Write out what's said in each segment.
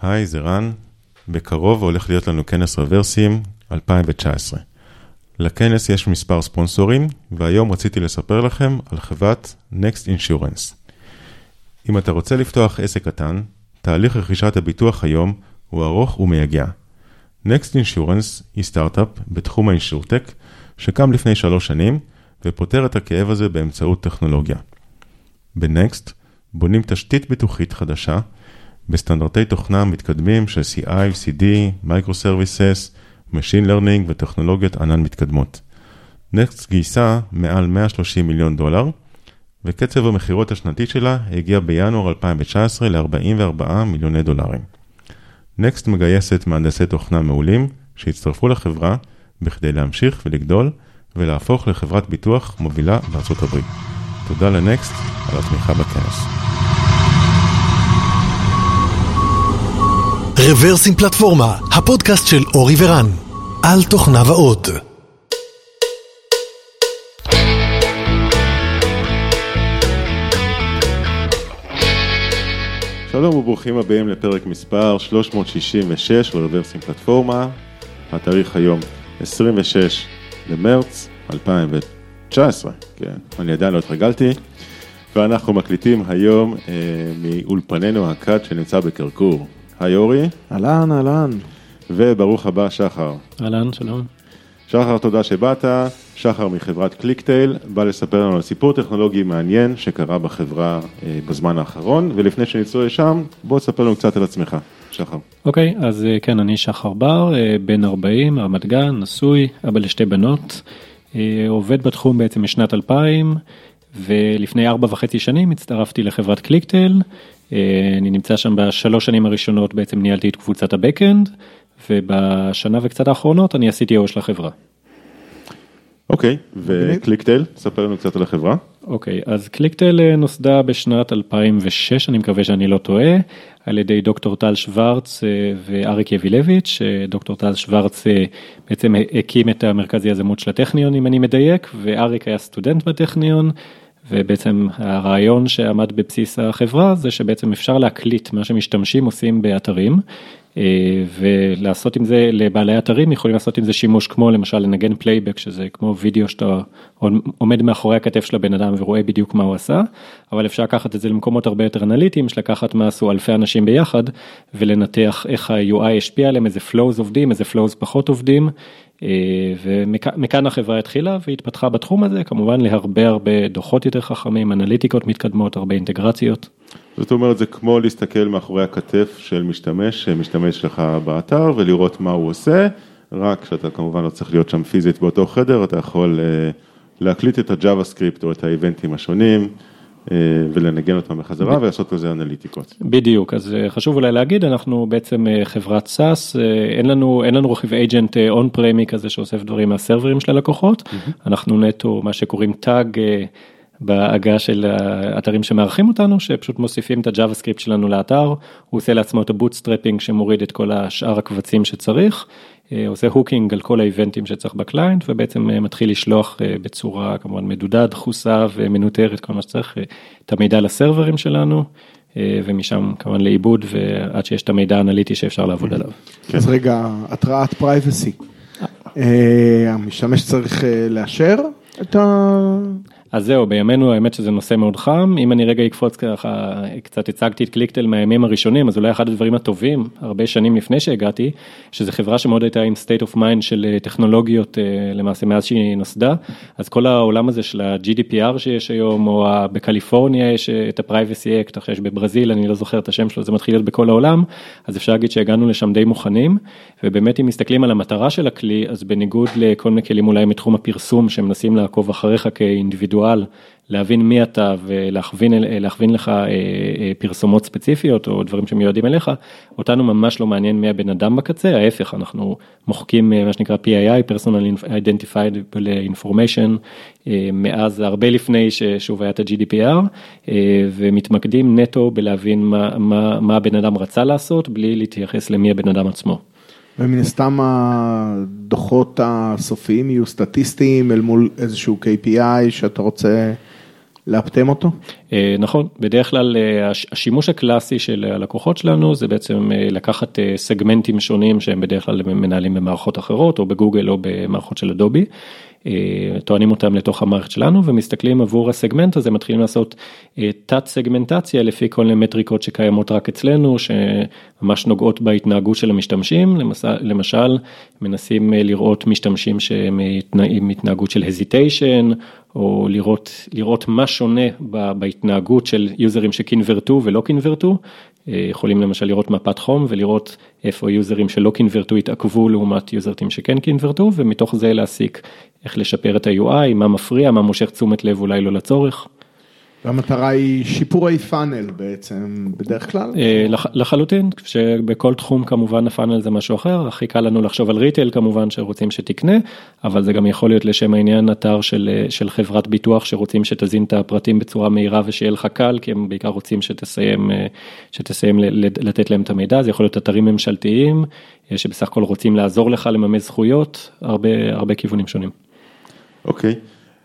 היי, זה רן. בקרוב הולך להיות לנו כנס רוורסים 2019. לכנס יש מספר ספונסורים, והיום רציתי לספר לכם על חברת Next Insurance. אם אתה רוצה לפתוח עסק קטן, תהליך רכישת הביטוח היום הוא ארוך ומייגע. Next Insurance היא סטארט-אפ בתחום האינשורטק, שקם לפני 3 שנים, ופותר את הכאב הזה באמצעות טכנולוגיה. ב-Next בונים תשתית ביטוחית חדשה, בסטנדרטי תוכנה מתקדמים של CI, CD, Microservices, Machine Learning וטכנולוגיות ענן מתקדמות. Next גייסה מעל $130 מיליון, וקצב המחירות השנתי שלה הגיע בינואר 2019 ל$44 מיליוני. Next מגייסת מהנדסי תוכנה מעולים שהצטרפו לחברה בכדי להמשיך ולגדול ולהפוך לחברת ביטוח מובילה בארצות הברית. תודה לנקסט על התמיכה בכנס. רוורסים פלטפורמה, הפודקאסט של אורי ורן, על תוכנה ועוד. שלום וברוכים הבאים לפרק מספר 366 של רוורסים פלטפורמה. התאריך היום 26 למרץ 2019, כן, אני עדיין לא התרגלתי, ואנחנו מקליטים היום מאולפננו הקד שנמצא בקרקור. היי אורי. אהלן, אהלן. וברוך הבא שחר. אהלן, שלום. שחר, תודה שבאת. שחר מחברת קליקטייל, בא לספר לנו על סיפור טכנולוגי מעניין שקרה בחברה בזמן האחרון, ולפני שנצלול לשם, בוא תספר לנו קצת על עצמך, שחר. אוקיי, אז כן, אני שחר בר, בן 40, רמת גן, נשוי, אבא ל2 בנות, עובד בתחום בעצם משנת 2000, ולפני 4.5 שנים הצטרפתי לחברת קליקטייל, אני נמצא שם ב3 שנים הראשונות, בעצם ניהלתי את קבוצת הבקאנד, ובשנה וקצת האחרונות אני עשיתי CTO של החברה. אוקיי, וקליקטייל, ספר לנו קצת על החברה. אוקיי, אז קליקטייל נוסדה בשנת 2006, אני מקווה שאני לא טועה, על ידי דוקטור טל שוורץ ואריק יבילביץ'. דוקטור טל שוורץ בעצם הקים את המרכז יזמות של הטכניון, אם אני מדייק, ואריק היה סטודנט בטכניון, ובעצם הרעיון שעמד בבסיס החברה זה שבעצם אפשר להקליט מה שמשתמשים עושים באתרים, ולעשות עם זה, לבעלי אתרים יכולים לעשות עם זה שימוש כמו למשל לנגן פלייבק, שזה כמו וידאו שאתה עומד מאחורי הכתף של הבן אדם ורואה בדיוק מה הוא עשה, אבל אפשר לקחת את זה למקומות הרבה יותר אנליטיים, יש לקחת מה עשו אלפי אנשים ביחד, ולנתח איך ה-UI השפיע עליהם, איזה flows עובדים, איזה flows פחות עובדים, ומכאן החברה התחילה והתפתחה בתחום הזה, כמובן להרבה דוחות יותר חכמים, אנליטיקות מתקדמות, הרבה אינטגרציות. זאת אומרת, זה כמו להסתכל מאחורי הכתף של משתמש לך באתר, ולראות מה הוא עושה, רק שאתה כמובן לא צריך להיות שם פיזית באותו חדר, אתה יכול להקליט את ה-JavaScript או את האיבנטים השונים, ולנגן אותם בחזרה ולעשות כזה אנליטיקות. בדיוק, אז חשוב אולי להגיד, אנחנו בעצם חברת SaaS, אין לנו רכיב agent on-premi כזה שאוסף דברים מהסרברים של הלקוחות, אנחנו נטו מה שקוראים טאג בהגה של האתרים שמארחים אותנו, שפשוט מוסיפים את ה-JavaScript שלנו לאתר, הוא עושה לעצמו את ה-bootstrapping שמוריד את כל השאר הקבצים שצריך, עושה הוקינג על כל האיבנטים שצריך בקליינט, ובעצם מתחיל לשלוח בצורה כמובן מדודה, דחוסה ומנוטרת, כל מה שצריך, את המידע לסרברים שלנו, ומשם כמובן לאיבוד, ועד שיש את המידע האנליטי שאפשר לעבוד עליו. אז רגע, התראת פרייבסי. המשתמש צריך לאשר את ה... אז זהו, בימינו האמת שזה נושא מאוד חם, אם אני רגע אקפוץ ככה, קצת הצגתי את קליקטייל מהימים הראשונים, אז אולי אחד הדברים הטובים, הרבה שנים לפני שהגעתי, שזו חברה שמאוד הייתה עם state of mind של טכנולוגיות, למעשה מאז שהיא נוסדה, אז כל העולם הזה של ה-GDPR שיש היום, או בקליפורניה יש את ה-Privacy Act, אחרי שבברזיל, אני לא זוכר את השם שלו, זה מתחיל להיות בכל העולם, אז אפשר להגיד שהגענו לשם די מוכנים, ובאמת אם מסתכלים על המטרה של הכלי, אז בניגוד לכל מיני כלים אולי מתחום הפרסום, שמנסים לעקוב אחריך כאינדיבידואל, להבין מי אתה ולהכווין לך פרסומות ספציפיות או דברים שמיועדים אליך, אותנו ממש לא מעניין מי הבן אדם בקצה, ההפך, אנחנו מוחקים מה שנקרא PII, Personal Identifiable Information, מאז הרבה לפני ששוב היה את ה-GDPR, ומתמקדים נטו בלהבין מה הבן אדם רצה לעשות, בלי להתייחס למי הבן אדם עצמו. ומן הסתם הדוחות הסופיים יהיו סטטיסטיים אל מול איזשהו KPI שאתה רוצה לאפטם אותו? נכון, בדרך כלל השימוש הקלאסי של הלקוחות שלנו זה בעצם לקחת סגמנטים שונים שהם בדרך כלל מנהלים במערכות אחרות או בגוגל או במערכות של אדובי, טוענים אותם לתוך המערכת שלנו ומסתכלים עבור הסגמנט הזה, מתחילים לעשות תת סגמנטציה לפי כל מיני מטריקות שקיימות רק אצלנו, שממש נוגעות בהתנהגות של המשתמשים, למשל מנסים לראות משתמשים שהם עם התנהגות של hesitation, או לראות מה שונה בהתנהגות של יוזרים שקינברטו ולא קינברטו, יכולים למשל לראות מפת חום ולראות איפה יוזרים שלא קינברטו התעכבו לעומת יוזרים שכן קינברטו, ומתוך זה להסיק איך לשפר את ה-UI, מה מפריע, מה מושך תשומת לב אולי לא לצורך. והמטרה היא שיפורי פאנל בעצם, בדרך כלל? לחלוטין, שבכל תחום כמובן הפאנל זה משהו אחר, הכי קל לנו לחשוב על ריטייל כמובן שרוצים שתקנה, אבל זה גם יכול להיות לשם העניין אתר של חברת ביטוח שרוצים שתזין את הפרטים בצורה מהירה ושיהיה לך קל, כי הם בעיקר רוצים שתסיים לתת להם את המידע, זה יכול להיות אתרים ממשלתיים, שבסך הכל רוצים לעזור לך לממש זכויות, הרבה כיוונים שונים. אוקיי.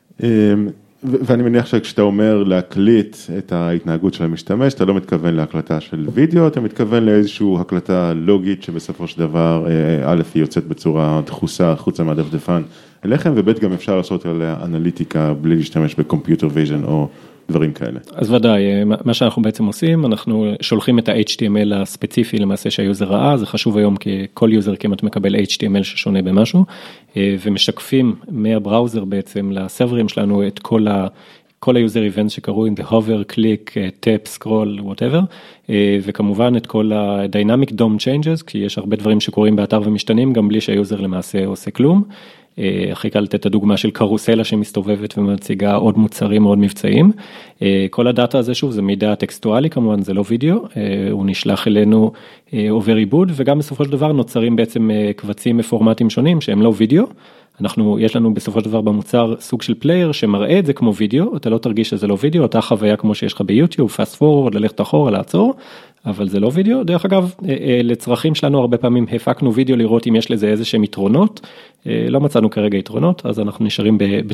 ואני מניח שכשאתה אומר להקליט את ההתנהגות של המשתמש, אתה לא מתכוון להקלטה של וידאו, אתה מתכוון לאיזושהי הקלטה לוגית שבסופו של דבר, א' היא יוצאת בצורה דחוסה, חוצה מהדפדפן אליכם, וב' גם אפשר לעשות עליה אנליטיקה בלי להשתמש בקומפיוטר ויז'ן או דברים כאלה. אז ודאי, מה שאנחנו בעצם עושים, אנחנו שולחים את ה-HTML הספציפי למעשה שהיוזר ראה, זה חשוב היום כי כל יוזר כמעט מקבל HTML ששונה במשהו, ומשקפים מהבראוזר בעצם לסרברים שלנו את כל היוזר איבנט שקרו עם the hover, click, tap, scroll, whatever, וכמובן את כל ה-dynamic DOM changes, כי יש הרבה דברים שקורים באתר ומשתנים, גם בלי שהיוזר למעשה עושה כלום. הכי קל לתת את הדוגמה של קרוסלה שמסתובבת ומציגה עוד מוצרים מאוד מבצעיים. כל הדאטה הזה שוב זה מידע טקסטואלי כמובן, זה לא וידאו, הוא נשלח אלינו עובר עיבוד, וגם בסופו של דבר נוצרים בעצם קבצים בפורמטים שונים שהם לא וידאו. יש לנו בסופו של דבר במוצר סוג של פלייר שמראה את זה כמו וידאו, אתה לא תרגיש שזה לא וידאו, אותה חוויה כמו שיש לך ביוטיוב, fast forward, ללכת אחורה, לעצור, אבל זה לא וידאו. דרך אגב, לצרכים שלנו הרבה פעמים הפקנו וידאו לראות אם יש לזה איזה שהם יתרונות, לא מצאנו כרגע יתרונות, אז אנחנו נשארים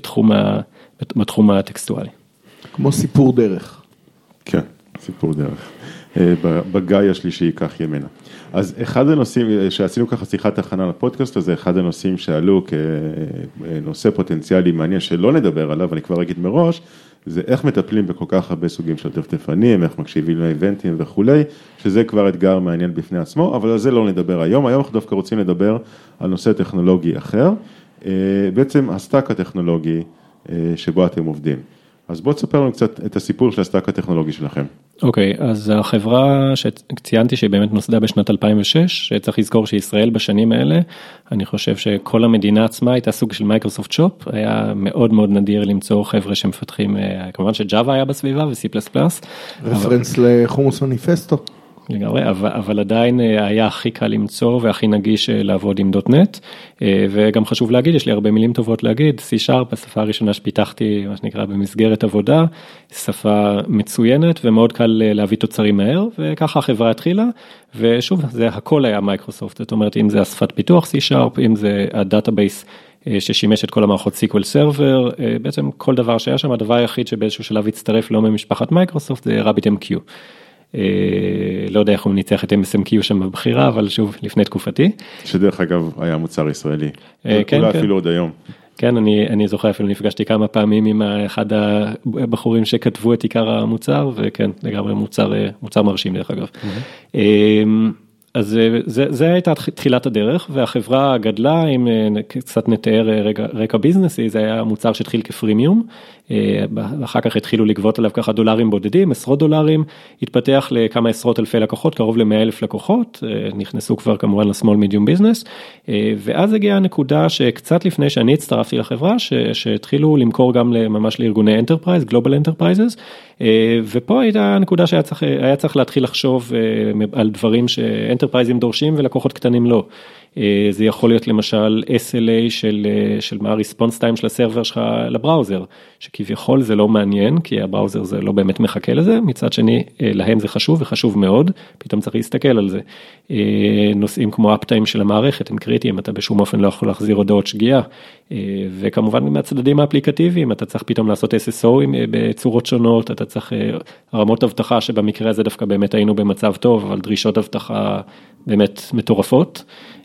בתחום הטקסטואלי. כמו סיפור דרך. כן, סיפור דרך. בגיא השלישי ייקח ימינה. אז אחד הנושאים שעשינו ככה שיחת הכנה לפודקאסט הזה, אחד הנושאים שעלו כנושא פוטנציאלי מעניין שלא נדבר עליו, אני כבר אגיד מראש, זה איך מטפלים בכל כך הרבה סוגים של דפדפנים, איך מקשיבים לאיבנטים וכולי, שזה כבר אתגר מעניין בפני עצמו, אבל על זה לא נדבר היום. היום אנחנו דווקא רוצים לדבר על נושא טכנולוגי אחר, בעצם הסטאק הטכנולוגי שבו אתם עובדים. אז בואו תספר לנו קצת את הסיפור של הסטאק הטכנולוגי שלכם. אוקיי, אז החברה שציינתי שהיא באמת נוסדה בשנת 2006, שצריך לזכור שישראל בשנים האלה, אני חושב שכל המדינה עצמה הייתה סוג של מייקרוסופט שופ, היה מאוד מאוד נדיר למצוא חבר'ה שמפתחים, כמובן שג'אווה היה בסביבה ו-C++. רפרנס לחומוס מניפסטו. לגמרי, אבל עדיין היה הכי קל למצוא והכי נגיש לעבוד עם .NET, וגם חשוב להגיד, יש לי הרבה מילים טובות להגיד, C#, השפה הראשונה שפיתחתי, מה שנקרא במסגרת עבודה, שפה מצוינת ומאוד קל להביא תוצרים מהר, וככה החברה התחילה, ושוב, זה הכל היה מייקרוסופט, זאת אומרת, אם זה השפת פיתוח C#, אם זה הדאטאבייס, ששימש את כל המערכות SQL Server, בעצם כל דבר שהיה שם, הדבר היחיד שבאיזשהו שלב הצטרף לא ממשפחת מייקרוסופט, זה RabbitMQ. לא יודע איך הוא ניצח את MSMQ שם בבחירה, אבל שוב, לפני תקופתי. שדרך אגב היה מוצר ישראלי. כן, אולי כן. אפילו עוד היום. כן, אני זוכר, אפילו נפגשתי כמה פעמים עם אחד הבחורים שכתבו את עיקר המוצר, וכן, לגמרי מוצר מרשים דרך אגב. אז זה הייתה תחילת הדרך, והחברה גדלה, אם קצת נתאר רקע ביזנסי, זה היה מוצר שהתחיל כפרימיום, ואחר כך התחילו לגבות עליו ככה דולרים בודדים, עשרות דולרים, התפתח לכמה עשרות אלפי לקוחות, קרוב ל100,000 לקוחות, נכנסו כבר כמובן לסמול מידיום ביזנס, ואז הגיעה הנקודה שקצת לפני שאני הצטרפתי לחברה, שהתחילו למכור גם ממש לארגוני אנטרפרייז, גלובל אנטרפרייזס, ופה הייתה הנקודה שהיה צריך להתחיל לחשוב על דברים שאנטרפרייזים דורשים ולקוחות קטנים לא. זה יכול להיות למשל SLA של מה response time של הסרבר שלך לבראוזר, שכביכול זה לא מעניין, כי הבראוזר זה לא באמת מחכה לזה, מצד שני להם זה חשוב וחשוב מאוד, פתאום צריך להסתכל על זה. נושאים כמו uptime של המערכת הם קריטיים, אתה בשום אופן לא יכול להחזיר הודעות שגיאה, וכמובן מהצדדים האפליקטיביים, אתה צריך פתאום לעשות SSO בצורות שונות, אתה צריך רמות הבטחה שבמקרה הזה דווקא באמת היינו במצב טוב, אבל דרישות הבטחה באמת מטורפות.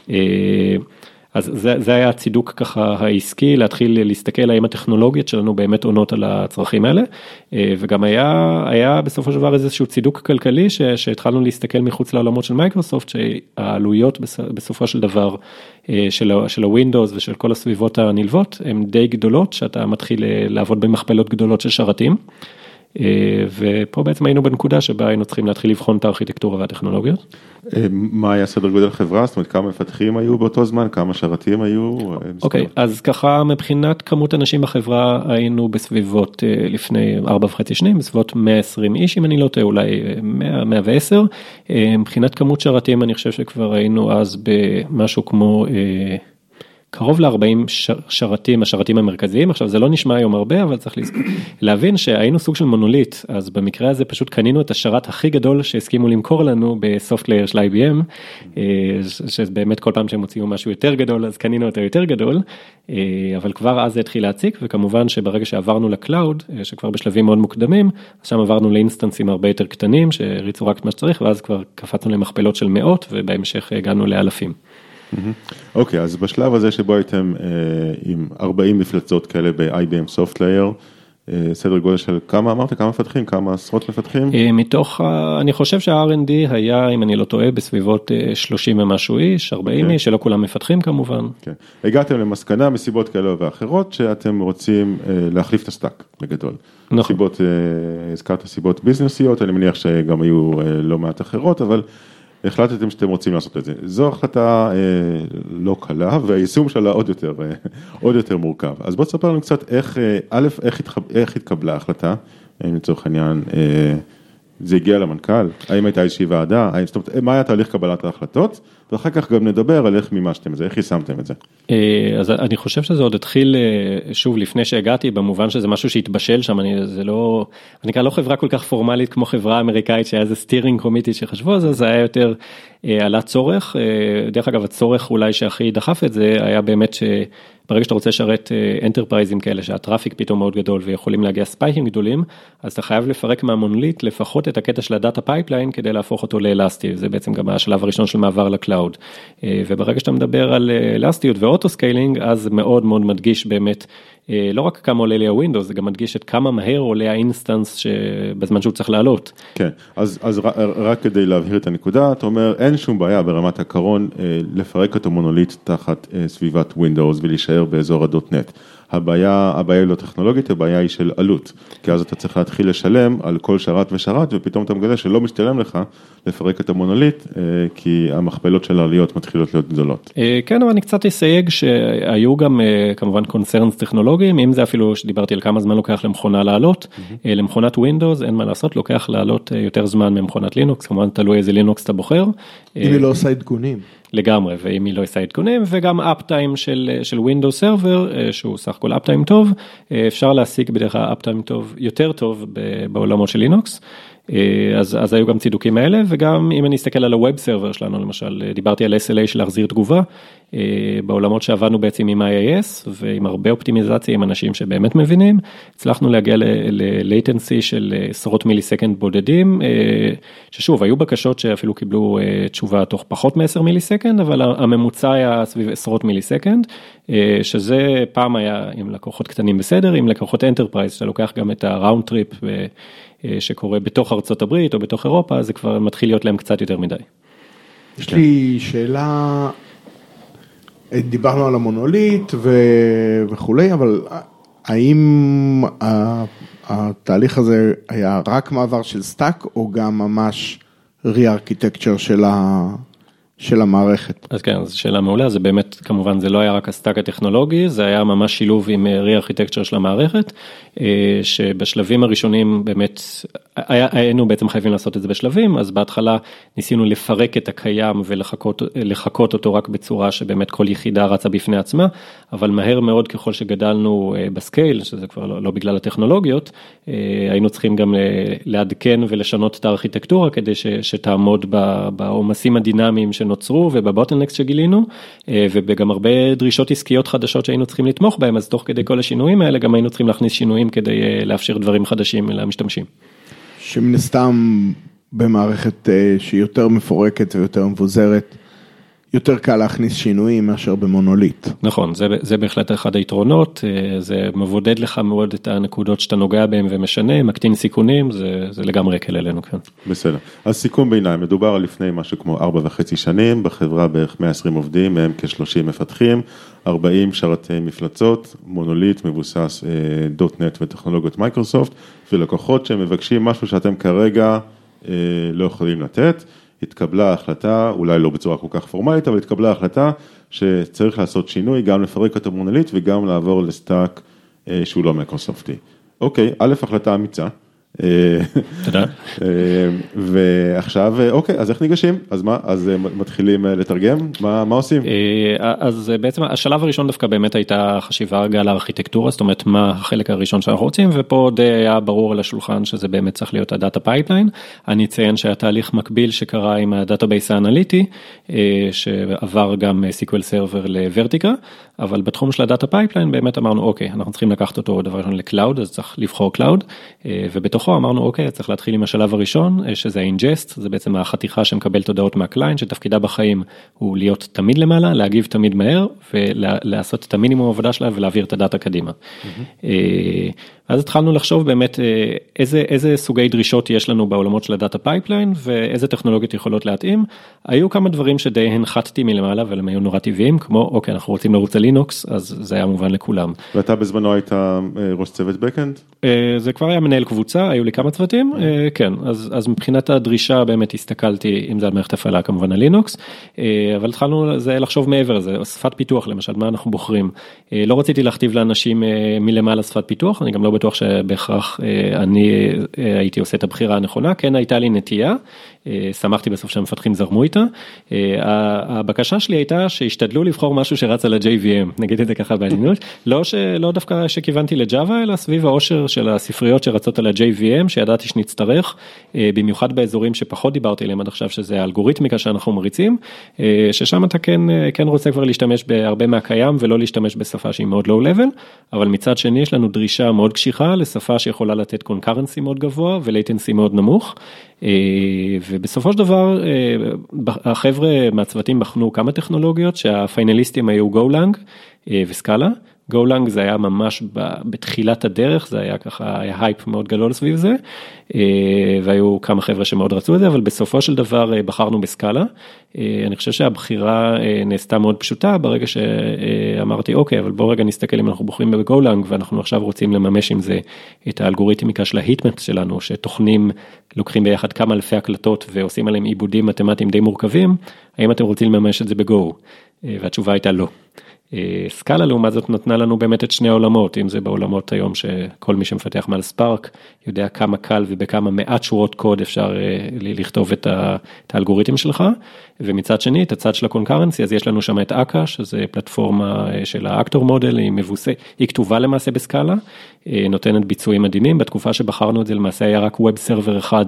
אז זה היה הצידוק ככה העסקי, להתחיל להסתכל האם הטכנולוגיות שלנו באמת עונות על הצרכים האלה, וגם היה בסופו של דבר איזשהו צידוק כלכלי, שהתחלנו להסתכל מחוץ לעולמות של מייקרוסופט, שהעלויות בסופו של דבר של הווינדוס ושל כל הסביבות הנלוות, הן די גדולות, שאתה מתחיל לעבוד במכפלות גדולות של שרתים, ופה בעצם היינו בנקודה שבה היינו צריכים להתחיל לבחון את הארכיטקטורה והטכנולוגיות. מה היה סדר גודל חברה? זאת אומרת, כמה מפתחים היו באותו זמן? כמה שרתים היו? אוקיי, אז ככה מבחינת כמות אנשים בחברה היינו בסביבות לפני 4.5 שנים, בסביבות 120 איש, אם אני לא טועה, אולי 110. מבחינת כמות שרתים אני חושב שכבר היינו אז במשהו כמו קרוב ל-40 שרתים, השרתים המרכזיים, עכשיו זה לא נשמע היום הרבה, אבל צריך להבין שהיינו סוג של מונוליט, אז במקרה הזה פשוט קנינו את השרת הכי גדול שהסכימו למכור לנו בסופטלייר של IBM, שבאמת כל פעם שהם הוציאו משהו יותר גדול, אז קנינו אותו יותר גדול, אבל כבר אז זה התחיל להציק, וכמובן שברגע שעברנו לקלאוד, שכבר בשלבים מאוד מוקדמים, אז שם עברנו לאינסטנסים הרבה יותר קטנים, שהריצו רק את מה שצריך, ואז כבר קפצנו למכפלות של מאות, ובהמשך הגענו לאלפים. אוקיי, אז בשלב הזה שבו הייתם עם 40 מפלצות כאלה ב-IBM SoftLayer, סדר גודל של כמה אמרת, כמה מפתחים, כמה עשרות מפתחים? מתוך, אני חושב שה-R&D היה, אם אני לא טועה, בסביבות 30 ומשהו איש, 40 איש, שלא כולם מפתחים כמובן. כן. הגעתם למסקנה מסיבות כאלה ואחרות, שאתם רוצים להחליף את הסטאק בגדול. נכון. סיבות, הזכרת סיבות ביזנסיות, אני מניח שגם היו לא מעט אחרות, אבל החלטתם שאתם רוצים לעשות את זה. זו החלטה לא קלה, והיישום שלה עוד יותר מורכב. אז בוא תספר לנו קצת איך התקבלה ההחלטה, האם לצורך העניין זה הגיע למנכ"ל, האם הייתה איזושהי ועדה, מה היה תהליך קבלת ההחלטות, ואחר כך גם נדבר על איך מימשתם את זה, איך יישמתם את זה. אז אני חושב שזה עוד התחיל, שוב, לפני שהגעתי, במובן שזה משהו שהתבשל שם, זה לא, אני כאן לא חברה כל כך פורמלית כמו חברה אמריקאית, שהיה איזה סטירינג קומיטי שחשבו על זה, זה היה יותר עלה צורך, דרך אגב הצורך אולי שהכי דחף את זה, היה באמת ברגע שאתה רוצה לשרת אנטרפרייזים כאלה, שהטראפיק פתאום מאוד גדול, ויכולים להגיע ספייקים גדולים, אז אתה חייב לפרק מהמונוליט, לפחות את הקטע של הדאטה פייפליין, כדי להפוך אותו לאלסטי, זה בעצם גם השלב הראשון של מעבר לקלאוד, וברגע שאתה מדבר על אלסטיות ואוטו-סקיילינג, אז מאוד מאוד מדגיש באמת, לא רק כמה עולה לי הווינדוס, זה גם מדגיש את כמה מהר עולה האינסטנס בזמן שהוא צריך לעלות. כן, אז רק כדי להבהיר את הנקודה, אתה אומר, אין שום בעיה ברמת הקרון לפרק את המונוליט תחת סביבת ווינדוס ולהישאר באזור ה.NET. הבעיה היא לא טכנולוגית, הבעיה היא של עלות, כי אז אתה צריך להתחיל לשלם על כל שרת ושרת, ופתאום אתה מגלה שלא משתלם לך לפרק את המונוליט, כי המכפלות של העליות מתחילות להיות גדולות. כן, אבל אני קצת אסייג שהיו גם כמובן קונצרנס טכנולוגיים, אם זה אפילו שדיברתי על כמה זמן לוקח למכונה לעלות, למכונת ווינדוס אין מה לעשות, לוקח לעלות יותר זמן ממכונת לינוקס, כמובן תלוי איזה לינוקס אתה בוחר. אם היא לא עושה עדכונים. לגמרי, ואם היא לא עושה עדכונים, וגם אפטיים של Windows Server, שהוא סך הכל אפטיים טוב, אפשר להשיג בדרך כלל אפטיים טוב, יותר טוב בעולמות של לינוקס, אז היו גם צידוקים האלה, וגם אם אני אסתכל על ה-Web Server שלנו, למשל, דיברתי על SLA של להחזיר תגובה, בעולמות שעבדנו בעצם עם IIS, ועם הרבה אופטימיזציה עם אנשים שבאמת מבינים, הצלחנו להגיע ל-latency של עשרות מיליסקנד בודדים, ששוב, היו בקשות שאפילו קיבלו תשובה תוך פחות מ-10 מיליסקנד, אבל הממוצע היה סביב עשרות מיליסקנד, שזה פעם היה עם לקוחות קטנים בסדר, עם לקוחות Enterprise, שאתה לוקח גם את ה-round trip, שקורה בתוך ארצות הברית או בתוך אירופה, זה כבר מתחיל להיות להם קצת יותר מדי. יש לי שאלה, דיברנו על המונוליט וכולי, אבל האם התהליך הזה היה רק מעבר של סטאק, או גם ממש re-architecture של המערכת. אז כן, זו שאלה מעולה, זה באמת, כמובן, זה לא היה רק הסטאק הטכנולוגי, זה היה ממש שילוב עם re-architecture של המערכת, שבשלבים הראשונים באמת, היינו בעצם חייבים לעשות את זה בשלבים, אז בהתחלה ניסינו לפרק את הקיים ולחקות אותו רק בצורה שבאמת כל יחידה רצה בפני עצמה, אבל מהר מאוד ככל שגדלנו בסקייל, שזה כבר לא בגלל הטכנולוגיות, היינו צריכים גם לעדכן ולשנות את הארכיטקטורה, כדי שתעמוד בעומסים הדינמיים שנוצרו ובבוטלנקס שגילינו, וגם הרבה דרישות עסקיות חדשות שהיינו צריכים לתמוך בהם, אז תוך כדי כל השינויים האלה גם היינו צריכים להכניס שינויים כדי לאפשר דברים חדשים למשתמשים. שמן הסתם במערכת שהיא יותר מפורקת ויותר מבוזרת, יותר קל להכניס שינויים מאשר במונוליט. נכון, זה בהחלט אחד היתרונות, זה מבודד לך מאוד את הנקודות שאתה נוגע בהן ומשנה, מקטין סיכונים, זה לגמרי קל אלינו כאן. בסדר, אז סיכום ביניים, מדובר על לפני משהו כמו 4.5 שנים, בחברה בערך 120 עובדים, מהם כ-30 מפתחים, 40 שרתי מפלצות, מונוליט מבוסס .NET וטכנולוגיות מייקרוסופט, ולקוחות שמבקשים משהו שאתם כרגע לא יכולים לתת, התקבלה החלטה, אולי לא בצורה כל כך פורמלית, אבל התקבלה החלטה שצריך לעשות שינוי, גם לפרק את המונוליט וגם לעבור לסטאק שהוא לא מייקרוסופטי. אוקיי, א', החלטה אמיצה. תודה. ועכשיו, אוקיי, אז איך ניגשים? אז מה? אז מתחילים לתרגם? מה עושים? אז בעצם השלב הראשון דווקא באמת הייתה חשיבה רגע על הארכיטקטורה, זאת אומרת מה החלק הראשון שאנחנו רוצים, ופה די היה ברור על השולחן שזה באמת צריך להיות הדאטה פייפליין. אני אציין שהיה תהליך מקביל שקרה עם הדאטאבייס האנליטי, שעבר גם SQL Server לוורטיקה, אבל בתחום של הדאטה פייפליין באמת אמרנו, אוקיי, אנחנו צריכים לקחת אותו דבר ראשון לקלאוד, אז צריך לבחור קלאוד, ובתוכו אמרנו, אוקיי, צריך להתחיל עם השלב הראשון, שזה ה-ingest, זה בעצם החתיכה שמקבלת הודעות מהקליינט, שתפקידה בחיים הוא להיות תמיד למעלה, להגיב תמיד מהר, ולעשות את המינימום העבודה שלה, ולהעביר את הדאטה קדימה. אז התחלנו לחשוב באמת איזה סוגי דרישות יש לנו בעולמות של הדאטה פייפליין, ואיזה טכנולוגיות יכולות להתאים. היו כמה דברים שדי הנחתתי מלמעלה, אבל הם היו נורא טבעיים, כמו, אוקיי, אנחנו רוצים לרוץ ללינוקס, אז זה היה מובן לכולם. ואתה בזמנו היית ראש צוות בקאנד? זה כבר היה מנהל קבוצה, היו לי כמה צוותים, כן, אז מבחינת הדרישה באמת הסתכלתי, אם זה על מערכת הפעלה, כמובן על לינוקס, אבל התחלנו לחשוב מעבר לזה, שפת פיתוח למשל, מה אנחנו בוחרים. לא רציתי להכתיב לאנשים מלמעלה שפת פיתוח, אני גם לא בטוח שבהכרח אני הייתי עושה את הבחירה הנכונה, כן הייתה לי נטייה, שמחתי בסוף שהמפתחים זרמו איתה, הבקשה שלי הייתה שהשתדלו לבחור משהו שרץ על ה-JVM, נגיד את זה ככה בעדינות, לא דווקא שכיוונתי לג'אווה, אלא סביב העושר של הספריות שרצות על ה-JVM, שידעתי שנצטרך, במיוחד באזורים שפחות דיברתי עליהם עד עכשיו, שזה האלגוריתמיקה שאנחנו מריצים, ששם אתה כן רוצה כבר להשתמש בהרבה מהקיים, ולא להשתמש בשפה שהיא מאוד low level, אבל מצד שני יש לנו דרישה מאוד קשיחה, לשפה שיכולה לתת concurrency מאוד גבוה, ו-latency מאוד נמוך, ובסופו של דבר, החבר'ה מהצוותים בחנו כמה טכנולוגיות, שהפיינליסטים היו גולנג וסקאלה, גולנג זה היה ממש בתחילת הדרך, זה היה ככה, היה הייפ מאוד גדול סביב זה, והיו כמה חבר'ה שמאוד רצו את זה, אבל בסופו של דבר בחרנו בסקאלה, אני חושב שהבחירה נעשתה מאוד פשוטה, ברגע שאמרתי, אוקיי, אבל בואו רגע נסתכל אם אנחנו בוחרים בגולנג, ואנחנו עכשיו רוצים לממש עם זה את האלגוריתמיקה של ההיטמפ שלנו, שתוכנים לוקחים ביחד כמה אלפי הקלטות, ועושים עליהם עיבודים מתמטיים די מורכבים, האם אתם רוצים לממש את זה בגו? והתשובה הייתה לא. סקאלה לעומת זאת נתנה לנו באמת את שני העולמות, אם זה בעולמות היום שכל מי שמפתח מעל ספארק יודע כמה קל ובכמה מעט שורות קוד אפשר לכתוב את האלגוריתם שלך, ומצד שני את הצד של הקונקרנסי, אז יש לנו שם את אקה, שזה פלטפורמה של האקטור מודל, היא כתובה למעשה בסקאלה, נותנת ביצועים מדהימים, בתקופה שבחרנו את זה למעשה היה רק ווב סרבר אחד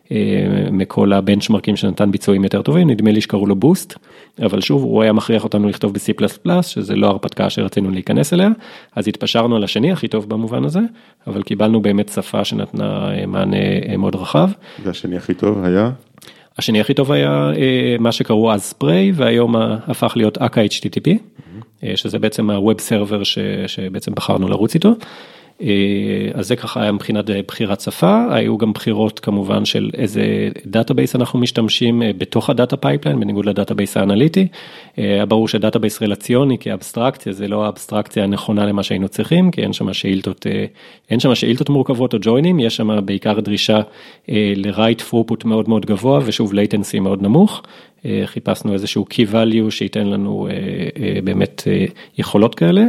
מכל הבנצ'מרקים שנתן ביצועים יותר טובים, נדמה לי שקראו לו בוסט, אבל שוב הוא היה מכריח אותנו לכתוב ב-C++, שזה לא הרפתקה שרצינו להיכנס אליה, אז התפשרנו על השני הכי טוב במובן הזה, אבל קיבלנו באמת שפה שנתנה מענה מאוד רחב. והשני הכי טוב היה? השני הכי טוב היה מה שקראו אז ספרי, והיום הפך להיות אקה HTTP, שזה בעצם הווב סרבר שבעצם בחרנו לרוץ איתו. אז זה ככה היה מבחינת בחירת שפה, היו גם בחירות כמובן של איזה דאטאבייס אנחנו משתמשים בתוך הדאטה פייפליין, בניגוד לדאטאבייס האנליטי, ברור שדאטאבייס רלציוני כאבסטרקציה, זה לא האבסטרקציה הנכונה למה שהיינו צריכים, כי אין שם שאילתות מורכבות או ג'וינים, יש שם בעיקר דרישה ל-write throughput מאוד מאוד גבוה, ושוב latency מאוד נמוך, חיפשנו איזשהו key value שייתן לנו באמת יכולות כאלה,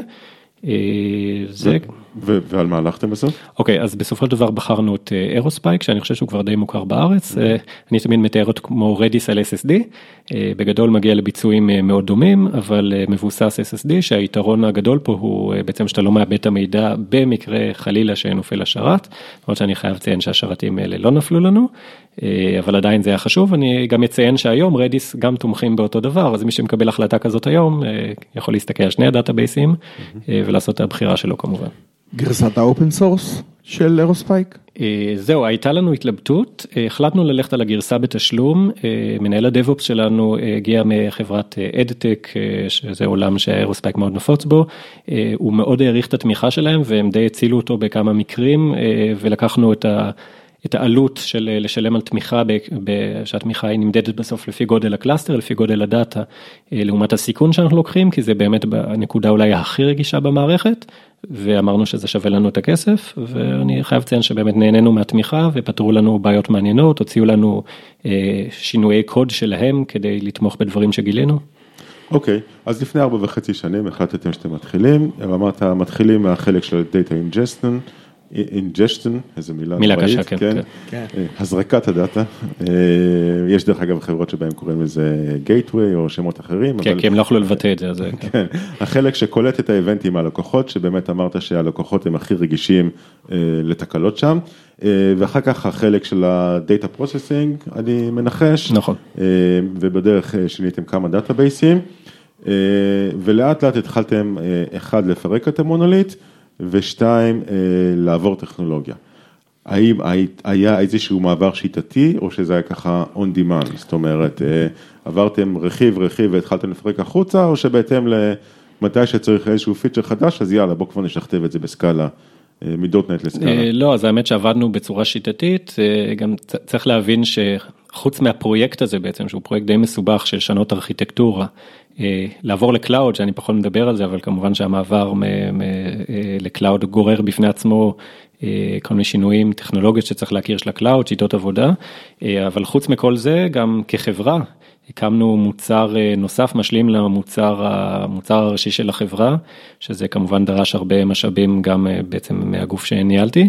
ועל מה הלכתם בסוף? אוקיי, אז בסופו של דבר בחרנו את אירוספייק, שאני חושב שהוא כבר די מוכר בארץ, אני תמיד מתאר אותו כמו רדיס על SSD, בגדול מגיע לביצועים מאוד דומים, אבל מבוסס SSD, שהיתרון הגדול פה הוא בעצם שאתה לא מאבד את המידע במקרה חלילה שנופל השרת, למרות שאני חייב לציין שהשרתים האלה לא נפלו לנו, אבל עדיין זה היה חשוב, אני גם אציין שהיום רדיס גם תומכים באותו דבר, אז מי שמקבל החלטה כזאת היום, יכול להסתכל על שני הדאטאבייסים, ולעשות את הבחירה שלו כמובן. גרסת האופן סורס של אירוספייק? זהו, הייתה לנו התלבטות, החלטנו ללכת על הגרסה בתשלום, מנהל הדב-אופס שלנו הגיע מחברת אדטק, שזה עולם שהאירוספייק מאוד נפוץ בו, הוא מאוד העריך את התמיכה שלהם, והם די הצילו אותו בכמה מקרים, ולקחנו את העלות של לשלם על תמיכה, שהתמיכה היא נמדדת בסוף לפי גודל הקלאסטר, לפי גודל הדאטה, לעומת הסיכון שאנחנו לוקחים, כי זה באמת הנקודה אולי הכי רגישה במערכת, ואמרנו שזה שווה לנו את הכסף, ואני חייב לציין שבאמת נהנינו מהתמיכה, ופתרו לנו בעיות מעניינות, הוציאו לנו שינויי קוד שלהם, כדי לתמוך בדברים שגילינו. אוקיי, אז לפני 4.5 שנים החלטתם שאתם מתחילים, אמרת מתחילים מהחלק של Data Ingestion, איזו מילה קשה, כן. הזרקת הדאטה, יש דרך אגב חברות שבהם קוראים לזה Gateway או שמות אחרים. כן, כי הם לא יכולו לבטא את זה. כן, החלק שקולט את האיבנטים מהלקוחות, שבאמת אמרת שהלקוחות הם הכי רגישים לתקלות שם, ואחר כך החלק של ה-Data Processing, אני מנחש, נכון. ובדרך שיניתם כמה דאטאבייסים, ולאט לאט התחלתם אחד לפרק את המונוליט, ושתיים, לעבור טכנולוגיה. האם היה איזשהו מעבר שיטתי, או שזה היה ככה on demand? זאת אומרת, עברתם רכיב והתחלתם לפרק החוצה, או שבהתאם למתי שצריך איזשהו פיצ'ר חדש, אז יאללה, בוא כבר נשכתב את זה בסקאלה, מדוטנט לסקאלה. לא, אז האמת שעבדנו בצורה שיטתית, גם צריך להבין שחוץ מהפרויקט הזה בעצם, שהוא פרויקט די מסובך של שנות ארכיטקטורה, לעבור לקלאוד, שאני פחות מדבר על זה, אבל כמובן שהמעבר לקלאוד גורר בפני עצמו כל מיני שינויים, טכנולוגיות שצריך להכיר של הקלאוד, שיטות עבודה, אבל חוץ מכל זה, גם כחברה, הקמנו מוצר נוסף משלים למוצר הראשי של החברה, שזה כמובן דרש הרבה משאבים גם בעצם מהגוף שניהלתי,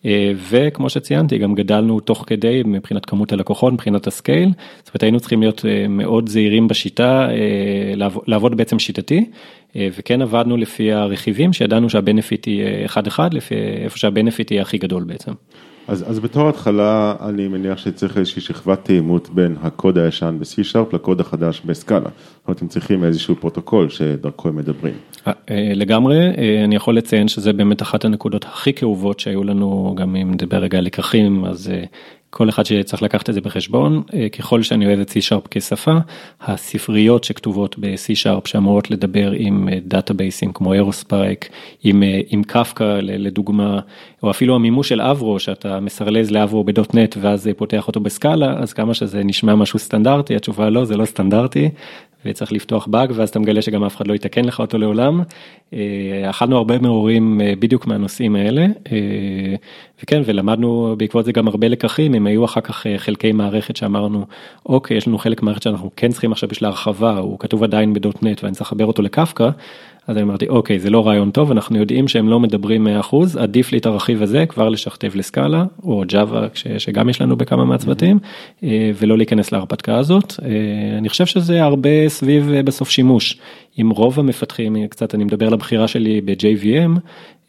וכמו שציינתי, גם גדלנו תוך כדי מבחינת כמות הלקוחות, מבחינת הסקייל, זאת אומרת היינו צריכים להיות מאוד זהירים בשיטה, לעבוד בעצם שיטתי, וכן עבדנו לפי הרכיבים, שידענו שהבנפיט היא אחד, לפי איפה שהבנפיט יהיה הכי גדול בעצם. אז בתור התחלה, אני מניח שצריך איזושהי שכבת תאימות בין הקוד הישן ב-C# לקוד החדש בסקאלה. זאת אומרת, הם צריכים איזשהו פרוטוקול שדרכו הם מדברים. לגמרי, אני יכול לציין שזה באמת אחת הנקודות הכי כאובות שהיו לנו, גם אם נדבר רגע על לקחים, אז כל אחד שצריך לקחת את זה בחשבון, ככל שאני אוהב את C# כשפה, הספריות שכתובות ב-C# שאמורות לדבר עם דאטאבייסים כמו אירוספייק, עם קפקא לדוגמה, או אפילו המימוש של אברו, שאתה מסרלז לאברו בדוט-נט ואז פותח אותו בסקאלה, אז כמה שזה נשמע משהו סטנדרטי, התשובה לא, זה לא סטנדרטי, וצריך לפתוח באג, ואז אתה מגלה שגם אף אחד לא יתקן לך אותו לעולם. אכלנו הרבה מהורים בדיוק מהנושאים האלה, וכן, ולמדנו בעקבות זה גם הרבה לקחים, הם היו אחר כך חלקי מערכת שאמרנו, אוקיי, יש לנו חלק מערכת שאנחנו כן צריכים עכשיו בשביל הרחבה, הוא כתוב עדיין בדוט-נט, ואני צריך לחבר אותו לקפקא, אז אני אמרתי, אוקיי, זה לא רעיון טוב, אנחנו יודעים שהם לא מדברים 100%, עדיף לי את הרכיב הזה, כבר לשכתב לסקאלה, או ג'אווה, שגם יש לנו בכמה מהצוותים, ולא להיכנס להרפתקה הזאת. אני חושב שזה הרבה סביב בסוף שימוש. עם רוב המפתחים, קצת אני מדבר לבחירה שלי ב-JVM,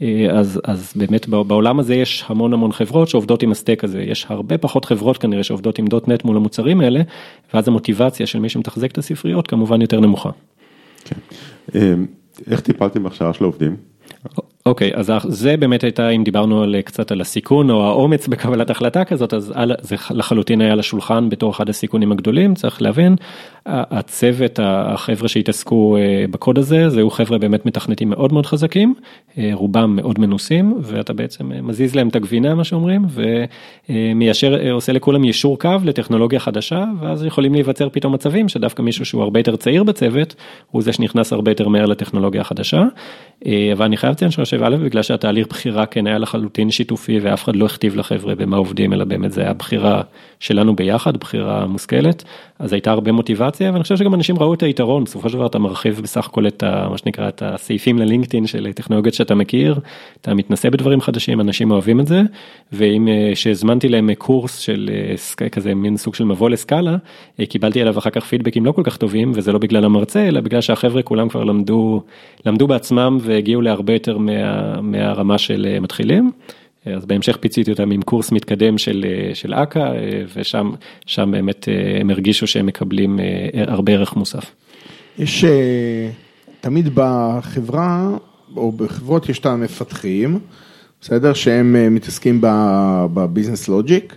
אז באמת בעולם הזה יש המון חברות שעובדות עם הסטק הזה, יש הרבה פחות חברות כנראה שעובדות עם .NET מול המוצרים האלה, ואז המוטיבציה של מי שמתחזק את הספריות כמובן יותר נמוכה. כן. איך טיפלתם בהכשרה של העובדים? אוקיי, אז זה באמת הייתה, אם דיברנו קצת על הסיכון או האומץ בקבלת החלטה כזאת, אז זה לחלוטין היה לשולחן בתור אחד הסיכונים הגדולים, צריך להבין, הצוות, החבר'ה שהתעסקו בקוד הזה, זהו חבר'ה באמת מתכנתים מאוד מאוד חזקים, רובם מאוד מנוסים, ואתה בעצם מזיז להם את הגבינה, מה שאומרים, ומיישר, עושה לכולם ישור קו לטכנולוגיה חדשה, ואז יכולים להיווצר פתאום מצבים, שדווקא מישהו שהוא הרבה יותר צעיר בצוות, הוא זה שנכנס הרבה יותר מהר לטכנולוגיה החדשה, אבל אני חייב לציין שאני חושב, בגלל שהתהליך בחירה כן היה לחלוטין שיתופי, ואף אחד לא הכתיב לחבר'ה במה עובדים, אלא באמת זה היה בחירה שלנו ביחד, בחירה מושכלת, אז הייתה הרבה מוטיבציה, ואני חושב שגם אנשים ראו את היתרון, בסופו של דבר אתה מרחיב בסך הכל את מה שנקרא, את הסעיפים ללינקדאין של טכנולוגיות שאתה מכיר, אתה מתנסה בדברים חדשים, אנשים אוהבים את זה, ואם שהזמנתי להם קורס של כזה מין סוג של מבוא לסקאלה, קיבלתי עליו אחר כך פידבקים לא כל כך טובים, וזה לא בגלל המרצה, אלא בגלל שהחבר'ה כולם כבר למדו בעצמם, והגיעו להרבה יותר מהרמה של מתחילים, אז בהמשך פיציתי אותם עם קורס מתקדם של אקה, ושם באמת הם הרגישו שהם מקבלים הרבה ערך מוסף. יש תמיד בחברה, או בחברות יש את המפתחים, בסדר, שהם מתעסקים בביזנס לוג'יק,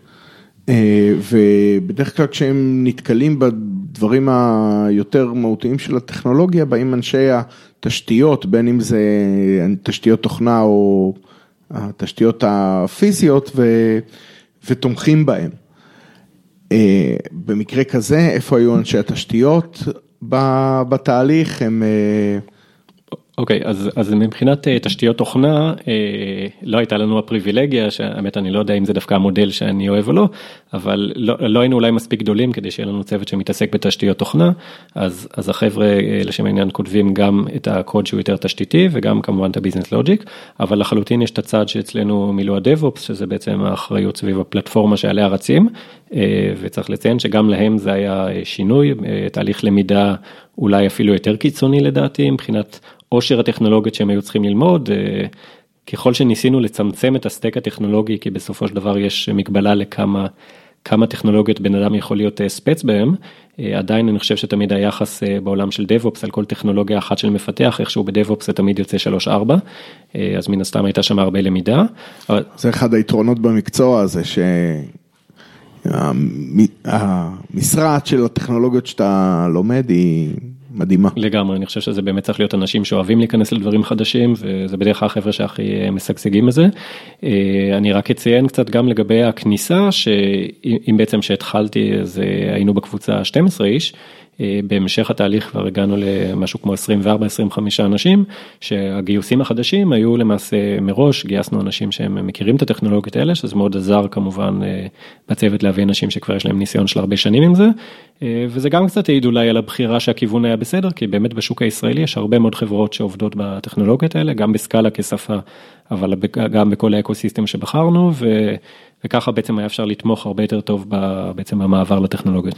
ובדרך כלל כשהם נתקלים בדברים היותר מהותיים של הטכנולוגיה, באים אנשי התשתיות, בין אם זה תשתיות תוכנה או התשתיות הפיזיות, ותומכים בהם. במקרה כזה, איפה היו אנשי התשתיות בתהליך? הם... אוקיי, אז מבחינת תשתיות תוכנה, לא הייתה לנו הפריבילגיה, שהאמת אני לא יודע אם זה דווקא המודל שאני אוהב או לא, אבל לא היינו אולי מספיק גדולים כדי שיהיה לנו צוות שמתעסק בתשתיות תוכנה, אז החבר'ה לשם העניין כותבים גם את הקוד שהוא יותר תשתיתי, וגם כמובן את הביזנס לוג'יק, אבל לחלוטין יש את הצד שאצלנו מילוא הדב-אופס, שזה בעצם האחריות סביב הפלטפורמה שעליה רצים, וצריך לציין שגם להם זה היה שינוי, תהליך למידה אולי אפילו יותר קיצוני לדעתי, מבחינת עושר הטכנולוגיות שהם היו צריכים ללמוד, ככל שניסינו לצמצם את הסטק הטכנולוגי, כי בסופו של דבר יש מגבלה לכמה טכנולוגיות בן אדם יכול להיות ספץ בהם, עדיין אני חושב שתמיד היחס בעולם של DevOps על כל טכנולוגיה אחת של מפתח, איכשהו ב-DevOps זה תמיד יוצא 3-4, אז מן הסתם הייתה שם הרבה למידה. זה אחד היתרונות במקצוע הזה, שהמשרד של הטכנולוגיות שאתה לומד היא מדהימה. לגמרי, אני חושב שזה באמת צריך להיות אנשים שאוהבים להיכנס לדברים חדשים, וזה בדרך כלל החבר'ה שהכי משגשגים בזה. אני רק אציין קצת גם לגבי הכניסה, שאם בעצם שהתחלתי, אז היינו בקבוצה 12 איש, בהמשך התהליך כבר הגענו למשהו כמו 24-25 אנשים, שהגיוסים החדשים היו למעשה מראש, גייסנו אנשים שהם מכירים את הטכנולוגיות האלה, שזה מאוד עזר כמובן בצוות להביא אנשים שכבר יש להם ניסיון של הרבה שנים עם זה, וזה גם קצת העיד אולי על הבחירה שהכיוון היה בסדר, כי באמת בשוק הישראלי יש הרבה מאוד חברות שעובדות בטכנולוגיות האלה, גם בסקאלה כשפה, אבל גם בכל האקוסיסטם שבחרנו, וככה בעצם היה אפשר לתמוך הרבה יותר טוב בעצם המעבר לטכנולוגיות.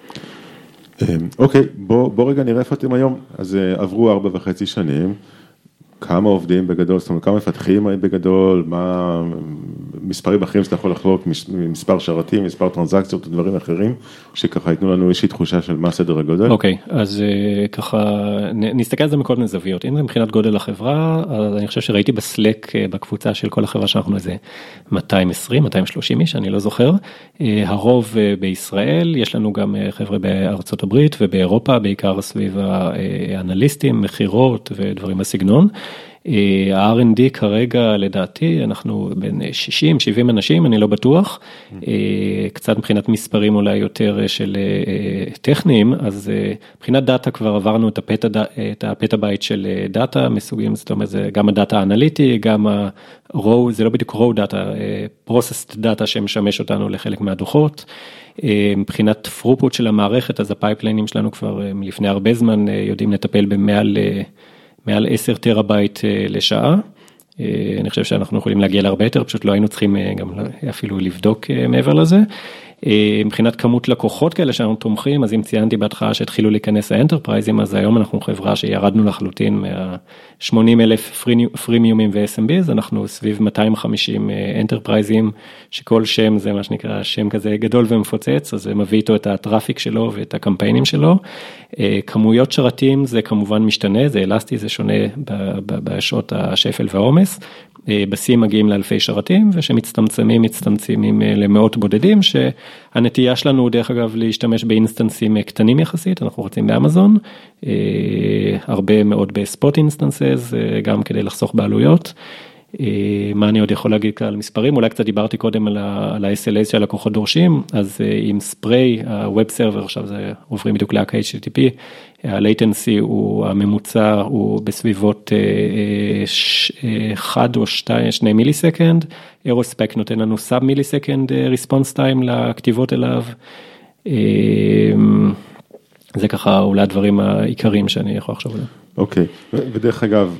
אוקיי, בוא רגע נראה איפה אתם היום. אז עברו 4.5 שנים, כמה עובדים בגדול, זאת אומרת, כמה מפתחים בגדול, מה מספרים אחרים שאתה יכול לחלוק, מספר שרתים, מספר טרנזקציות ודברים אחרים, שככה ייתנו לנו איזושהי תחושה של מה סדר הגודל. אוקיי, אז ככה, נסתכל על זה מכל מיני זוויות. אם זה מבחינת גודל החברה, אז אני חושב שראיתי בסלק בקבוצה של כל החברה שאנחנו איזה 220, 230 איש, אני לא זוכר. הרוב בישראל, יש לנו גם חבר'ה בארצות הברית ובאירופה, בעיקר סביב האנליסטים, מחירות ודברים בסגנון. ה-R&D כרגע לדעתי אנחנו בין 60-70 אנשים, אני לא בטוח, קצת מבחינת מספרים אולי יותר של טכניים, אז מבחינת דאטה כבר עברנו את הפטאבייט של דאטה מסוגים, זאת אומרת זה גם הדאטה האנליטי, גם ה-Raw, זה לא בדיוק Raw דאטה, Processed דאטה שמשמש אותנו לחלק מהדוחות, מבחינת פרופוט של המערכת, אז הפייפליינים שלנו כבר לפני הרבה זמן יודעים לטפל מעל 10 טראבייט לשעה, אני חושב שאנחנו יכולים להגיע להרבה יותר, פשוט לא היינו צריכים גם אפילו לבדוק מעבר לזה, מבחינת כמות לקוחות כאלה שאנחנו תומכים, אז אם ציינתי בהתחלה שהתחילו להיכנס האנטרפרייזים, אז היום אנחנו חברה שירדנו לחלוטין מה-80,000 פרימיומים ו-SMBs, אנחנו סביב 250 אנטרפרייזים, שכל שם זה מה שנקרא שם כזה גדול ומפוצץ, אז זה מביא איתו את הטראפיק שלו ואת הקמפיינים שלו. כמויות שרתים זה כמובן משתנה, זה אלסטי, זה שונה בשעות השפל והעומס. בסים מגיעים לאלפי שרתים, ושמצטמצמים, מצטמצמים למאות בודדים, שהנטייה שלנו דרך אגב להשתמש באינסטנסים קטנים יחסית, אנחנו רוצים באמזון, הרבה מאוד בספוט אינסטנסס, גם כדי לחסוך בעלויות. מה אני עוד יכול להגיד על מספרים? אולי קצת דיברתי קודם על ה-SLA שהלקוחות דורשים, אז עם ספרי, ה-Web Server, עכשיו זה עוברים בדיוק ל-HTTP, ה-latency הוא הממוצע, הוא בסביבות 1 או 2 מיליסקנד, אירוספק נותן לנו סאב מיליסקנד response time לכתיבות אליו, זה ככה אולי הדברים העיקריים שאני יכול לחשוב עליהם. אוקיי, ודרך אגב,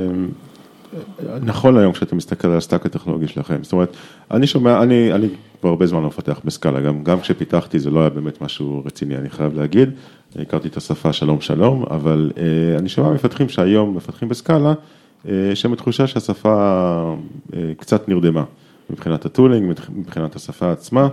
נכון היום כשאתה מסתכל על הסטאק הטכנולוגי שלכם, זאת אומרת, אני שומע, אני כבר הרבה זמן לא מפתח בסקאלה, גם כשפיתחתי זה לא היה באמת משהו רציני, אני חייב להגיד, הכרתי את השפה שלום שלום, אבל אני שומע מפתחים שהיום מפתחים בסקאלה, שהם תחושה שהשפה קצת נרדמה, מבחינת הטולינג, מבחינת השפה עצמה,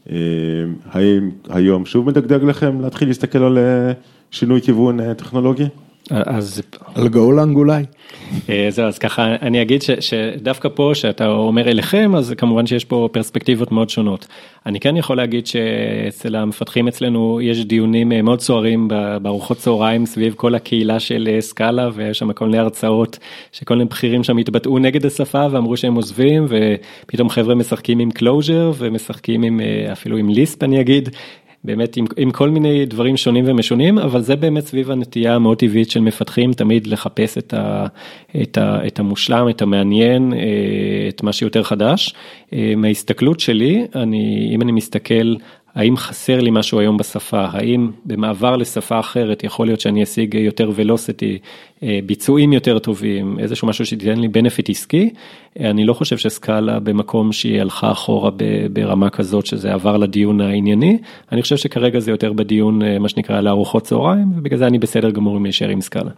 האם היום שוב מדגדג לכם להתחיל להסתכל על שינוי כיוון טכנולוגי? אז על גאולנג אולי. זהו, אז ככה אני אגיד שדווקא פה שאתה אומר אליכם, אז כמובן שיש פה פרספקטיבות מאוד שונות. אני כן יכול להגיד שאצל המפתחים אצלנו יש דיונים מאוד סוערים בארוחות צהריים סביב כל הקהילה של סקאלה, ויש שם כל מיני הרצאות שכל מיני בכירים שם התבטאו נגד השפה ואמרו שהם עוזבים, ופתאום חבר'ה משחקים עם קלוז'ר ומשחקים אפילו עם ליספ אני אגיד, באמת עם כל מיני דברים שונים ומשונים, אבל זה באמת סביב הנטייה המאוד טבעית של מפתחים, תמיד לחפש את המושלם, את המעניין, את מה שיותר חדש. מההסתכלות שלי, אם אני מסתכל, האם חסר לי משהו היום בשפה, האם במעבר לשפה אחרת יכול להיות שאני אשיג יותר ולוסיטי, ביצועים יותר טובים, איזשהו משהו שתיתן לי בנפיט עסקי, אני לא חושב שסקאלה במקום שהיא הלכה אחורה ברמה כזאת שזה עבר לדיון הענייני, אני חושב שכרגע זה יותר בדיון מה שנקרא לארוחות צהריים, ובגלל זה אני בסדר גמור עם להישאר עם סקאלה.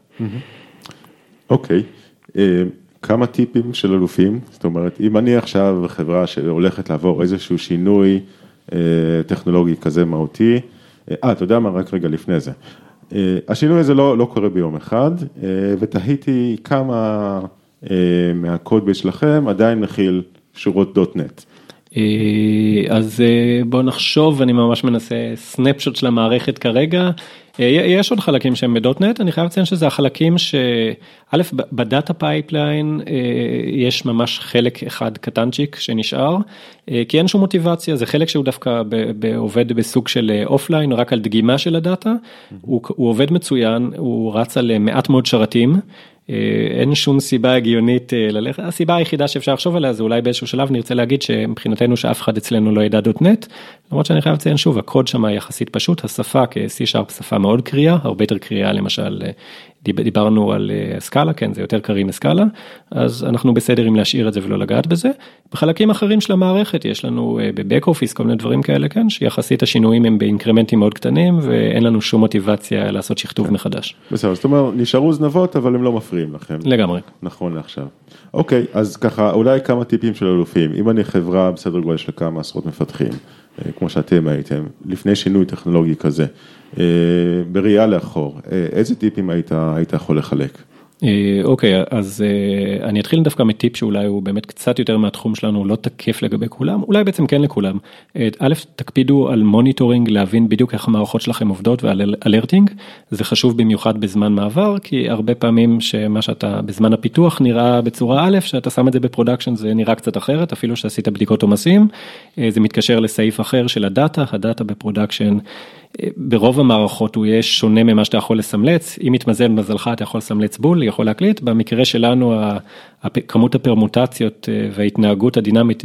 אוקיי, כמה טיפים של אלופים, זאת אומרת, אם אני עכשיו חברה שהולכת לעבור איזשהו שינוי, טכנולוגי כזה מהותי, אתה יודע מה, רק רגע לפני זה, השינוי הזה לא קורה ביום אחד, ותהיתי כמה מהקוד בייס שלכם עדיין מכיל שורות .NET. אז בוא נחשוב, אני ממש מנסה סנפשוט של המערכת כרגע, יש עוד חלקים שהם ב.NET, אני חייב לציין שזה החלקים שא' בדאטה פייפליין יש ממש חלק אחד קטנצ'יק שנשאר, כי אין שום מוטיבציה, זה חלק שהוא דווקא עובד בסוג של אופליין, רק על דגימה של הדאטה, הוא עובד מצוין, הוא רץ על מעט מאוד שרתים, אין שום סיבה הגיונית ללכת, הסיבה היחידה שאפשר לחשוב עליה זה אולי באיזשהו שלב נרצה להגיד שמבחינתנו שאף אחד אצלנו לא ידע .NET, למרות שאני חייב לציין שוב, הקוד שם יחסית פשוט, השפה כ-C# שפה מאוד קריאה, הרבה יותר קריאה למשל, דיברנו על סקאלה, כן זה יותר קריא מסקאלה, אז אנחנו בסדר אם להשאיר את זה ולא לגעת בזה, בחלקים אחרים של המערכת יש לנו בבק אופיס כל מיני דברים כאלה, כן, שיחסית השינויים הם באינקרמנטים מאוד קטנים, ואין לנו שום מוטיבציה לעשות שכתוב מחדש. בסדר, זאת אומרת, נשארו זנבות, אבל הם לא מפריעים לכם. לגמרי. נכון לעכשיו. אוקיי, אז ככה, אולי כמה טיפים של אלופים, אם אני חברה בסדר גודל של כמה עשרות מפתחים, כמו שאתם הייתם, לפני שינוי טכנולוגי כזה, בראייה לאחור, איזה טיפים היית יכול לחלק? אוקיי, אז אני אתחיל דווקא מטיפ שאולי הוא באמת קצת יותר מהתחום שלנו, הוא לא תקף לגבי כולם, אולי בעצם כן לכולם. א', תקפידו על מוניטורינג, להבין בדיוק איך המערכות שלכם עובדות ועל אלרטינג, זה חשוב במיוחד בזמן מעבר, כי הרבה פעמים שמה שאתה בזמן הפיתוח נראה בצורה א', שאתה שם את זה בפרודקשן זה נראה קצת אחרת, אפילו שעשית בדיקות עומסים, זה מתקשר לסעיף אחר של הדאטה בפרודקשן, ברוב המערכות הוא יהיה שונה ממה שאתה יכול לסמלץ, אם מתמזל במזלך אתה יכול לסמלץ בול, יכול להקליט, במקרה שלנו כמות הפרמוטציות וההתנהגות הדינמית היא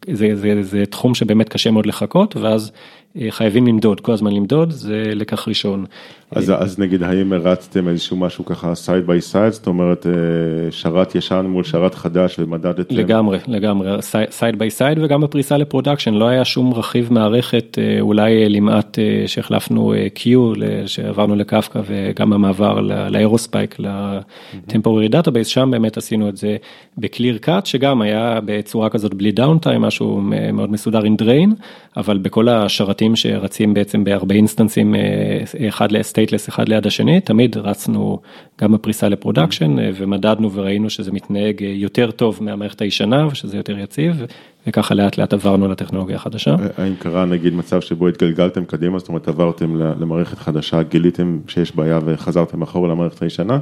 זה תחום שבאמת קשה מאוד לחכות, ואז חייבים למדוד, כל הזמן למדוד, זה לקח ראשון. אז נגיד, האם הרצתם איזשהו משהו ככה side by side, זאת אומרת, שרת ישן מול שרת חדש ומדדתם? לגמרי, side by side, וגם בפריסה לפרודקשן, לא היה שום רכיב מערכת, אולי למעט שהחלפנו Q, שעברנו לקפקא, וגם המעבר לאירוספייק, לטמפוררי דאטאבייס, שם באמת עשינו את זה בקליר קאט, שגם היה בצורה כזאת בלי דאונטיים, משהו מאוד מסודר in drain, אבל בכל השרתים שרצים בעצם בהרבה אינסטנסים, אחד לסטייטלס, אחד ליד השני, תמיד רצנו גם בפריסה לפרודקשן, ומדדנו וראינו שזה מתנהג יותר טוב מהמערכת הישנה, ושזה יותר יציב, וככה לאט לאט עברנו לטכנולוגיה החדשה. האם קרה נגיד מצב שבו התגלגלתם קדימה, זאת אומרת עברתם למערכת חדשה, גיליתם שיש בעיה וחזרתם אחורה למערכת הישנה?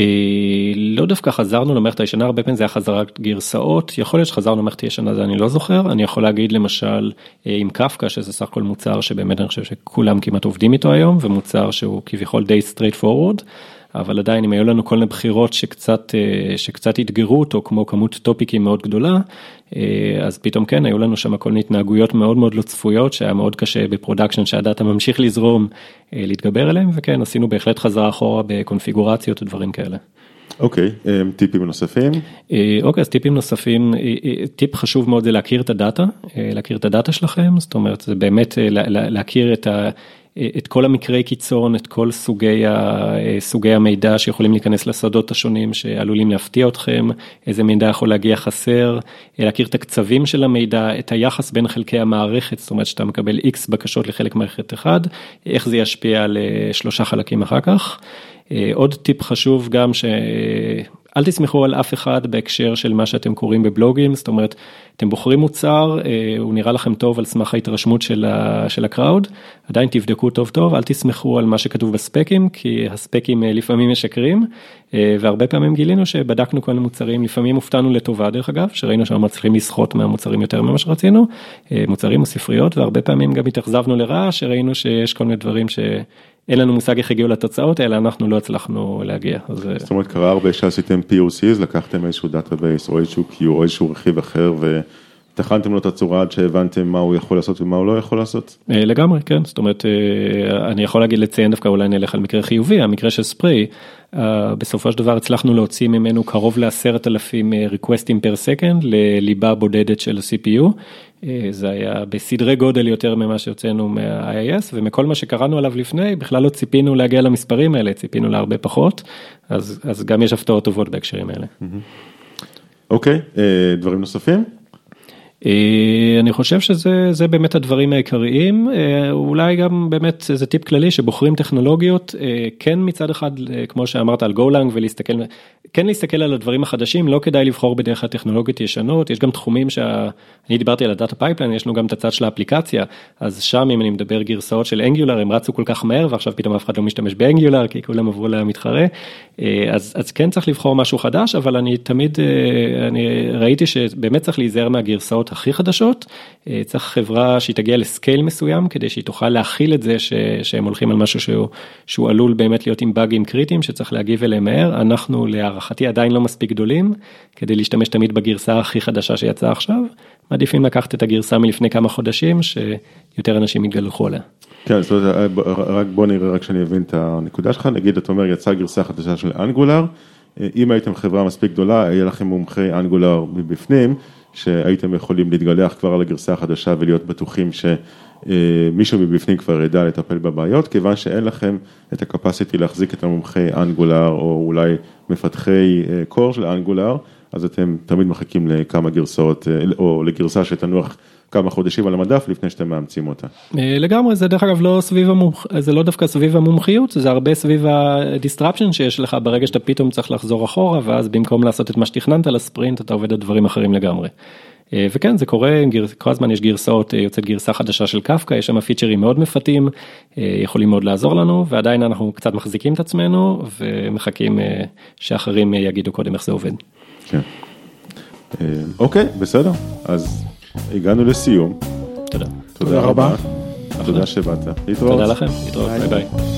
לא דווקא חזרנו למערכת הישנה, הרבה פעמים זה היה חזרת גרסאות, יכול להיות שחזרנו למערכת הישנה, זה אני לא זוכר, אני יכול להגיד למשל עם קפקא, שזה סך הכל מוצר שבאמת אני חושב שכולם כמעט עובדים איתו היום, ומוצר שהוא כביכול די straight forward, אבל עדיין אם היו לנו כל מיני בחירות שקצת התגרו אותו, כמו כמות טופיקים מאוד גדולה, אז פתאום כן, היו לנו שם כל מיני התנהגויות מאוד מאוד לא צפויות, שהיה מאוד קשה בפרודקשן, שהדאטה ממשיך לזרום, להתגבר עליהם, וכן, עשינו בהחלט חזרה אחורה בקונפיגורציות ודברים כאלה. אוקיי, טיפים נוספים? אוקיי, אז טיפים נוספים, טיפ חשוב מאוד זה להכיר את הדאטה שלכם, זאת אומרת, זה באמת להכיר את כל המקרי קיצון, את כל סוגי המידע שיכולים להיכנס לשדות השונים שעלולים להפתיע אתכם, איזה מידע יכול להגיע חסר, להכיר את הקצבים של המידע, את היחס בין חלקי המערכת, זאת אומרת שאתה מקבל X בקשות לחלק מערכת אחד, איך זה ישפיע על 3 חלקים אחר כך. עוד טיפ חשוב גם אל תסמכו על אף אחד בהקשר של מה שאתם קוראים בבלוגים, זאת אומרת, אתם בוחרים מוצר, הוא נראה לכם טוב על סמך ההתרשמות של הקראוד, עדיין תבדקו טוב, אל תסמכו על מה שכתוב בספקים, כי הספקים לפעמים משקרים, והרבה פעמים גילינו שבדקנו כל המוצרים, לפעמים הופתענו לטובה דרך אגב, שראינו שאנחנו מצליחים לסחוט מהמוצרים יותר ממה שרצינו, מוצרים או ספריות, והרבה פעמים גם התאכזבנו לרעה, שראינו שיש כל מיני דברים אין לנו מושג איך הגיעו לתוצאות, אלא אנחנו לא הצלחנו להגיע. זאת אומרת, קרה הרבה שעשיתם POCs, לקחתם איזשהו דאטאבייס או איזשהו Q או איזשהו רכיב אחר, ותכנתם לו את הצורה עד שהבנתם מה הוא יכול לעשות ומה הוא לא יכול לעשות? לגמרי, כן. זאת אומרת, אני יכול לציין דווקא, אולי נלך על מקרה חיובי, המקרה של ספרי, בסופו של דבר הצלחנו להוציא ממנו קרוב ל10,000 requesting per second לליבה בודדת של ה-CPU, זה היה בסדרי גודל יותר ממה שיוצאנו מה-IIS, ומכל מה שקראנו עליו לפני, בכלל לא ציפינו להגיע למספרים האלה, ציפינו להרבה פחות, אז גם יש הפתעות טובות בהקשרים האלה. אוקיי, דברים נוספים? אני חושב שזה באמת הדברים העיקריים, אולי גם באמת זה טיפ כללי שבוחרים טכנולוגיות, כן מצד אחד, כמו שאמרת על גולנג כן להסתכל על הדברים החדשים, לא כדאי לבחור בדרך הטכנולוגיות ישנות, יש גם תחומים אני דיברתי על הדאטה פייפליין, יש לנו גם את הצד של האפליקציה, אז שם אם אני מדבר גרסאות של אנגולר, הם רצו כל כך מהר, ועכשיו פתאום אף אחד לא משתמש באנגולר, כי כולם עברו למתחרה, אז כן צריך לבחור משהו חדש, אבל אני ראיתי שבאמת צריך להיזהר מהגרסאות הכי חדשות, צריך חברה שהיא תגיע לסקייל מסוים, כדי שהיא תוכל להכיל את זה, שהם הולכים על משהו שהוא עלול באמת להיות עם באגים קריטיים, שצריך להגיב אליהם מהר, אנחנו להערכתי עדיין לא מספיק גדולים, כדי להשתמש תמיד בגרסה הכי חדשה שיצאה עכשיו, מעדיפים לקחת את הגרסה מלפני כמה חודשים, שיותר אנשים יתגלחו עליה. כן, זאת אומרת, רק בוא נראה, רק שאני אבין את הנקודה שלך, נגיד, אתה אומר, יצאה גרסה חדשה של אנגולר, אם הייתם חברה מספיק גדולה, היה לכם מומחי אנגולר מבפנים, שהייתם יכולים להתגלח כבר על הגרסה החדשה ולהיות בטוחים שמישהו מבפנים כבר ידע לטפל בבעיות, כיוון שאין לכם את הקפסיטי להחזיק את המומחי אנגולר, או אולי מפתחי קור של אנגולר, אז אתם תמיד מחכים לכמה גרסאות, או לגרסה שתנוח כמה חודשים על המדף לפני שאתם מאמצים אותה. לגמרי, זה דרך אגב זה לא דווקא סביב המומחיות, זה הרבה סביב הדיסטרפשן שיש לך ברגע שאתה פתאום צריך לחזור אחורה, ואז במקום לעשות את מה שתכננת לספרינט, אתה עובד על דברים אחרים לגמרי. וכן, זה קורה, כל הזמן יש גרסאות, יוצאת גרסה חדשה של קפקא, יש שם פיצ'רים מאוד מפתים, יכולים מאוד לעזור לנו, ועדיין אנחנו קצת מחזיקים את עצמנו, ומחכים שאחרים יגידו קודם איך זה עובד. כן. אוקיי, בסדר. אז הגענו לסיום. תודה. תודה רבה. תודה שבאת. להתראות. תודה לכם. להתראות. ביי ביי.